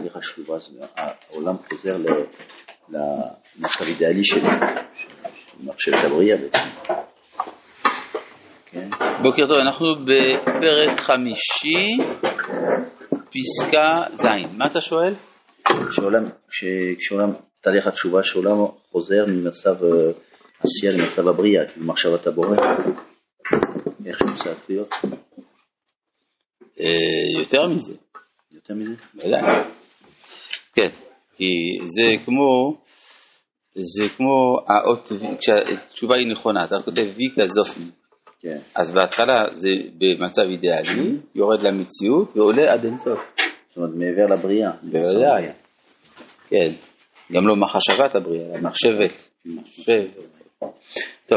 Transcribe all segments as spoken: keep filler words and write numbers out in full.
תהליך השלובה, העולם חוזר למצב אידיאלי של מחשבת הבריאה בעצם. בוקר טוב, אנחנו בפרק חמישי, פסקה זין. מה אתה שואל? שעולם, כשעולם, תהליך התשובה, שעולם חוזר ממצב עשייה למצב הבריאה, כאילו מחשבת הבורא, איך שמצאת להיות? יותר מזה. יותר מזה? בוודאי. כן, כי זה כמו, זה כמו האות, כשהתשובה היא נכונה, אתה כותב ויקה זופני. כן. אז בהתחלה זה במצב אידיאלי, יורד למציאות ועולה עד אינסוף. זאת אומרת, מעבר לבריאה. בוודאי. כן. גם לא מחשבת הבריאה, מחשבת. מחשבת. טוב.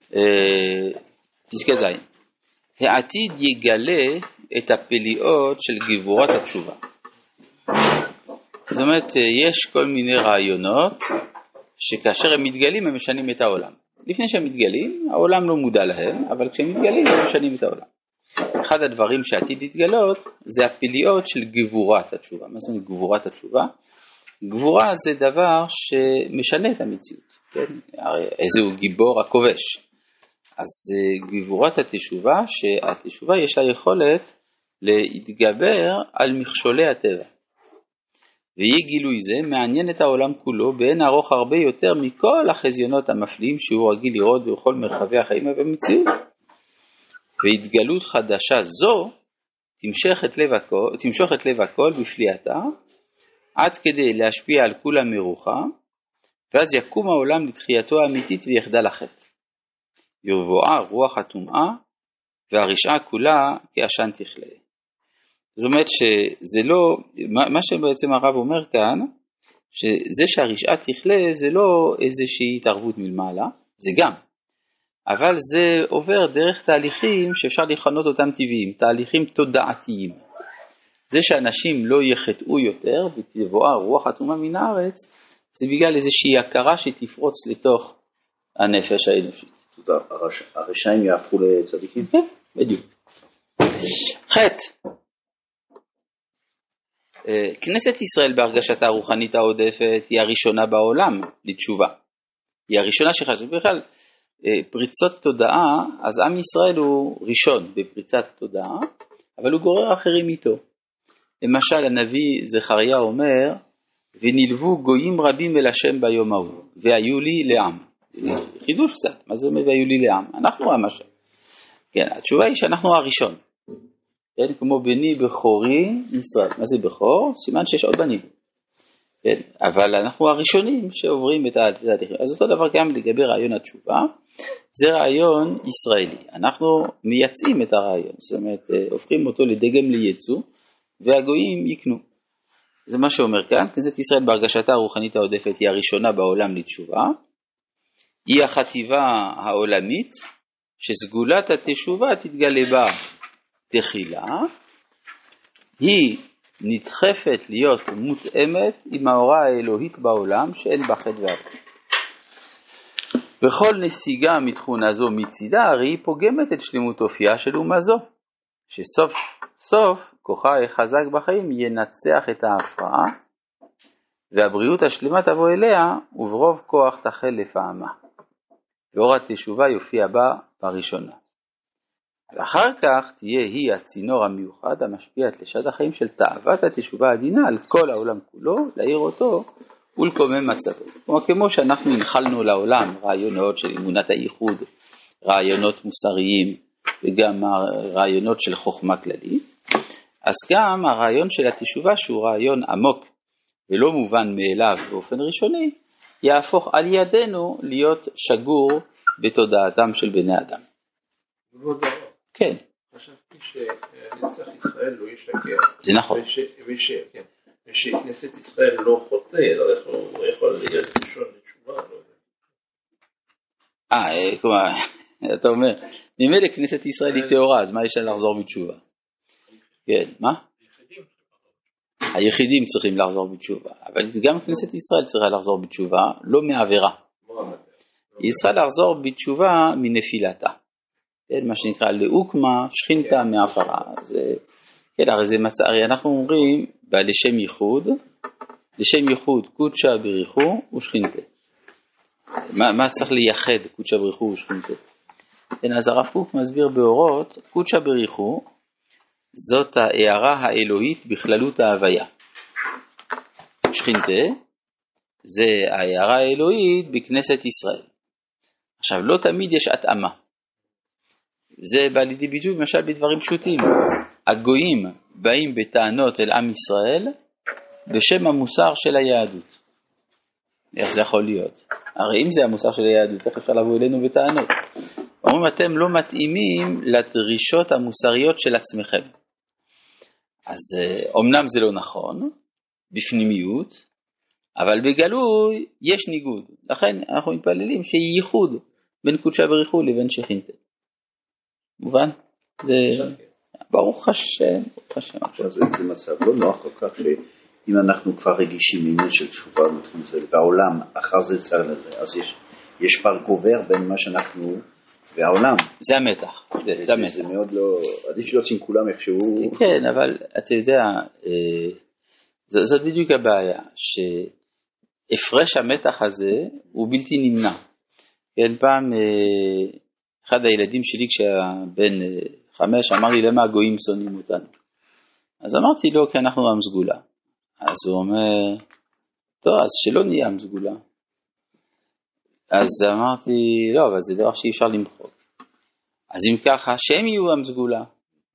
פסקה זין. העתיד יגלה את הפליאות של גבורת התשובה. זאת אומרת, יש כל מיני רעיונות שכאשר הם מתגלים הם משנים את העולם. לפני שהם מתגלים, העולם לא מודע להם, אבל כשהם מתגלים הם משנים את העולם. אחד הדברים שעתיד להתגלות זה הפליאות של גבורת התשובה. מה זאת אומרת גבורת התשובה? גבורה זה דבר שמשנה את המציאות. כן? איזה הוא גיבור הכובש. אז גבורת התשובה, שהתשובה יש לה יכולת להתגבר על מכשולי הטבע. ויהיה גילוי זה מעניין את העולם כולו באין ארוך הרבה יותר מכל החזיונות המפליאים שהוא רגיל לראות בכל מרחבי החיים ובמציאות. והתגלות חדשה זו תמשוך את לב הכל, תמשוך את לב הכל בפליאתה עד כדי להשפיע על כולם מרוחה, ואז יקום העולם לתחייתו האמיתית ויחדל החטא. ירבועה רוח הטומאה והרשעה כולה כעשן תכלה. זאת אומרת שזה לא, מה שבעצם הרב אומר כאן, שזה שהרשעה תכלה זה לא איזושהי התערבות מלמעלה, זה גם, אבל זה עובר דרך תהליכים שאפשר לכנות אותם טבעיים, תהליכים תודעתיים. זה שאנשים לא יחטאו יותר ותבואה רוח הטומאה מן הארץ, זה בגלל איזושהי הכרה שתפרוץ לתוך הנפש האנושית. זאת אומרת, הרשעים יהפכו לצדיקים? כן, בדיוק. חטא. כנסת ישראל בהרגשתה הרוחנית העודפת היא הראשונה בעולם לתשובה. היא הראשונה שחשבה בכלל פריצות תודעה, אז עם ישראל הוא ראשון בפריצת תודעה, אבל הוא גורר אחרים איתו. למשל הנביא זכריה אומר, ונלוו גויים רבים אל השם ביום ההוא, והיו לי לעם. חידוש קצת, מה זה אומר והיו לי לעם? אנחנו עם השם. כן, התשובה היא שאנחנו הראשון. כן, כמו בני בכורי ישראל. מה זה בכור? סימן שיש עוד בנים. כן, אבל אנחנו הראשונים שעוברים את התהליכים. אז אותו דבר גם לגבי רעיון התשובה. זה רעיון ישראלי. אנחנו מייצאים את הרעיון. זאת אומרת, הופכים אותו לדגם לייצוא, והגויים יקנו. זה מה שאומר כאן. כנסת ישראל בהרגשתה הרוחנית העודפת היא הראשונה בעולם לתשובה. היא החטיבה העולמית, שסגולת התשובה תתגלה בה תחילה, היא נדחפת להיות מותאמת עם ההוראה האלוהית בעולם שאין בה חטא ועוון. בכל נסיגה מתכונה זו מצידה, הרי היא פוגמת את שלמות אופייה של אומה זו, שסוף סוף כוחה החזק בחיים ינצח את ההפרעה, והבריאות השלמה תבוא אליה, וברוב כוח תחל לפעמה. ואור התשובה יופיע בה בראשונה. ואחר כך תהיה היא הצינור המיוחד המשפיע את לשד החיים של תאוות התשובה העדינה על כל העולם כולו, להעיר אותו ולקומם מצבו. כלומר, כמו שאנחנו הנחלנו לעולם רעיונות של אמונת הייחוד, רעיונות מוסריים וגם רעיונות של חוכמה כללית, אז גם הרעיון של התשובה שהוא רעיון עמוק ולא מובן מאליו באופן ראשוני, יהפוך על ידינו להיות שגור בתודעתם של בני אדם. כן. חשבתי שנצח ישראל לא ישקר. זה נכון. ושכנסת ישראל לא חוטא, איך הוא יכול להיות ראשון לתשובה, לא יודע. אה, כלומר, אתה אומר, ממילא כנסת ישראל היא טהורה, אז מה יש לה לחזור בתשובה? כן, מה? היחידים צריכים לחזור בתשובה, אבל גם כנסת ישראל צריכה לחזור בתשובה, לא מעבירה. היא צריכה לחזור בתשובה מנפילתה. מה שנקרא לאוקמה, שכינתה מהפרה. זה, כן, הרי זה מצא, הרי אנחנו אומרים, בעלי שם ייחוד, לשם ייחוד קודשא בריחו ושכינתה. מה, מה צריך לייחד קודשא בריחו ושכינתה? כן, אז הרב קוק מסביר באורות, קודשא בריחו זאת ההערה האלוהית בכללות ההוויה. שכינתה זה ההערה האלוהית בכנסת ישראל. עכשיו, לא תמיד יש התאמה. זה בא לידי ביטוי למשל בדברים פשוטים. הגויים באים בטענות אל עם ישראל בשם המוסר של היהדות. איך זה יכול להיות? הרי אם זה המוסר של היהדות, איך אפשר לבוא אלינו בטענות? אומרים, אתם לא מתאימים לדרישות המוסריות של עצמכם. אז אומנם זה לא נכון, בפנימיות, אבל בגלוי יש ניגוד. לכן אנחנו מתפללים שיהיה ייחוד בין קודשא בריחו לבין שכינתה. מובן? זה ברוך השם, ברוך השם. עכשיו זה מצב לא נוח כל כך שאם אנחנו כבר רגישים עניין של תשובה והעולם אחר זה צר לזה, אז יש, יש פער גובר בין מה שאנחנו והעולם. זה המתח. זה, זה, זה, זה מאוד לא, עדיף להיות עם כולם איכשהו. כן, אבל אתה יודע, זאת בדיוק הבעיה, שהפרש המתח הזה הוא בלתי נמנע. כן, פעם אחד הילדים שלי כשהבן חמש אמר לי למה הגויים שונאים אותנו. אז אמרתי לו כי אנחנו עם סגולה. אז הוא אומר, טוב, אז שלא נהיה עם סגולה. אז אמרתי, לא, אבל זה דבר שאי אפשר למחוק. אז אם ככה, שהם יהיו עם סגולה.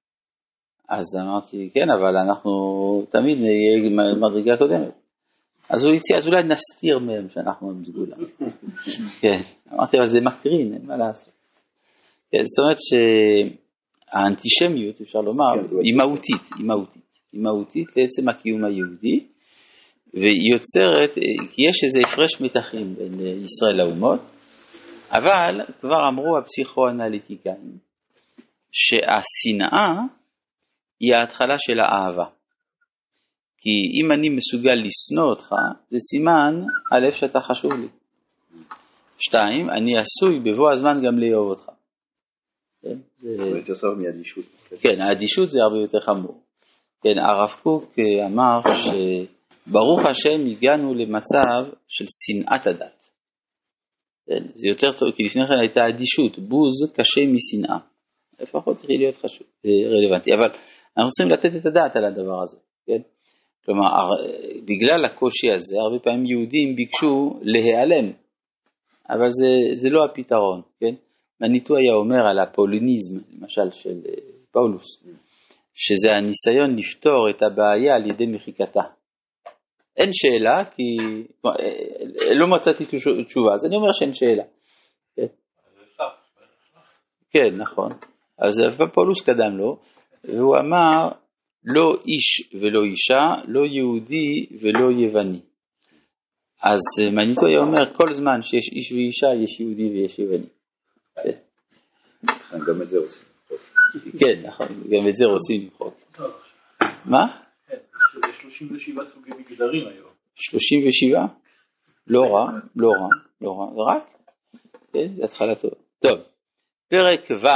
אז אמרתי, כן, אבל אנחנו תמיד נהיה מדרגה קודמת. אז הוא הציע, אז אולי נסתיר מהם שאנחנו עם סגולה. כן, אמרתי, אבל זה מקרין, אין מה לעשות. כן, זאת אומרת שהאנטישמיות, אפשר לומר, היא מהותית, היא מהותית. היא מהותית לעצם הקיום היהודי, והיא יוצרת, כי יש איזה הפרש מתחים בין ישראל לאומות, אבל כבר אמרו הפסיכואנליטיקאים, שהשנאה היא ההתחלה של האהבה. כי אם אני מסוגל לשנוא אותך, זה סימן א' שאתה חשוב לי. שתיים, אני עשוי בבוא הזמן גם לאהוב אותך. כן, זה... זה יותר מהאדישות. כן, האדישות זה הרבה יותר חמור. כן, הרב קוק אמר שברוך השם הגענו למצב של שנאת הדת. כן, זה יותר טוב, כי לפני כן הייתה אדישות, בוז קשה משנאה. לפחות צריך להיות חשוב, רלוונטי. אבל אנחנו צריכים לתת את הדעת על הדבר הזה. כן? כלומר, בגלל הקושי הזה, הרבה פעמים יהודים ביקשו להיעלם. אבל זה, זה לא הפתרון. כן? מניטו היה אומר על הפוליניזם, למשל של פאולוס, שזה הניסיון לפתור את הבעיה על ידי מחיקתה. אין שאלה, כי לא מצאתי תשובה, אז אני אומר שאין שאלה. כן, כן, נכון. אז פאולוס קדם לו, והוא אמר, לא איש ולא אישה, לא יהודי ולא יווני. אז מניטו היה אומר, כל זמן שיש איש ואישה, יש יהודי ויש יווני. כן. גם את זה עושים. כן, נכון, גם את זה רוצים למחוק. מה? כן, יש שלושים ושבעה סוגי מגדרים היום. שלושים ושבעה? לא רע, לא רע, לא רע, זה רק? כן, זה התחלה טובה. טוב, פרק ו'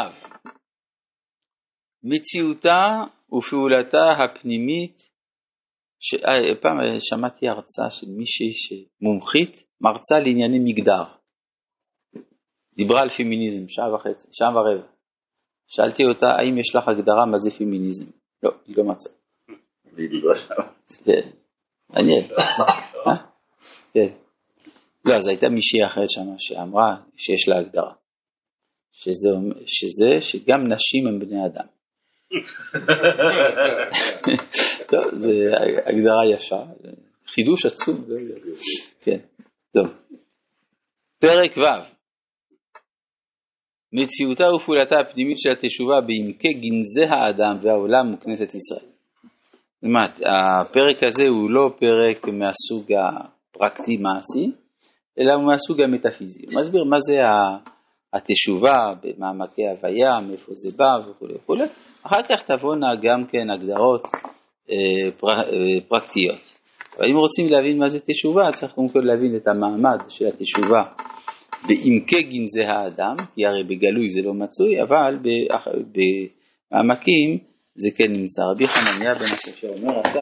מציאותה ופעולתה הפנימית, פעם שמעתי הרצאה של מישהי שמומחית, מרצה לענייני מגדר. דיברה על פמיניזם, שעה וחצי, שעה ורבע. שאלתי אותה, האם יש לך הגדרה מה זה פמיניזם? לא, היא לא מצאה. והיא דיברה שם. כן, מעניין. כן. לא, אז הייתה מישהי אחרת שמה שאמרה שיש לה הגדרה. שזה, שזה שגם נשים הם בני אדם. טוב, זה הגדרה יפה. חידוש עצום. כן, טוב. פרק ו' מציאותה ופעולתה הפנימית של התשובה בעמקי גנזי האדם והעולם וכנסת ישראל. זאת אומרת, הפרק הזה הוא לא פרק מהסוג הפרקטי מעשי, אלא הוא מהסוג המטאפיזי. הוא מסביר מה זה התשובה במעמקי הוויה, מאיפה זה בא וכו' וכו'. אחר כך תבואנה גם כן הגדרות פרקטיות. אבל אם רוצים להבין מה זה תשובה, צריך קודם כל להבין את המעמד של התשובה בעמקי גנזי האדם, כי הרי בגלוי זה לא מצוי, אבל במעמקים זה כן נמצא. רבי חנניה בן עקשיא אומר,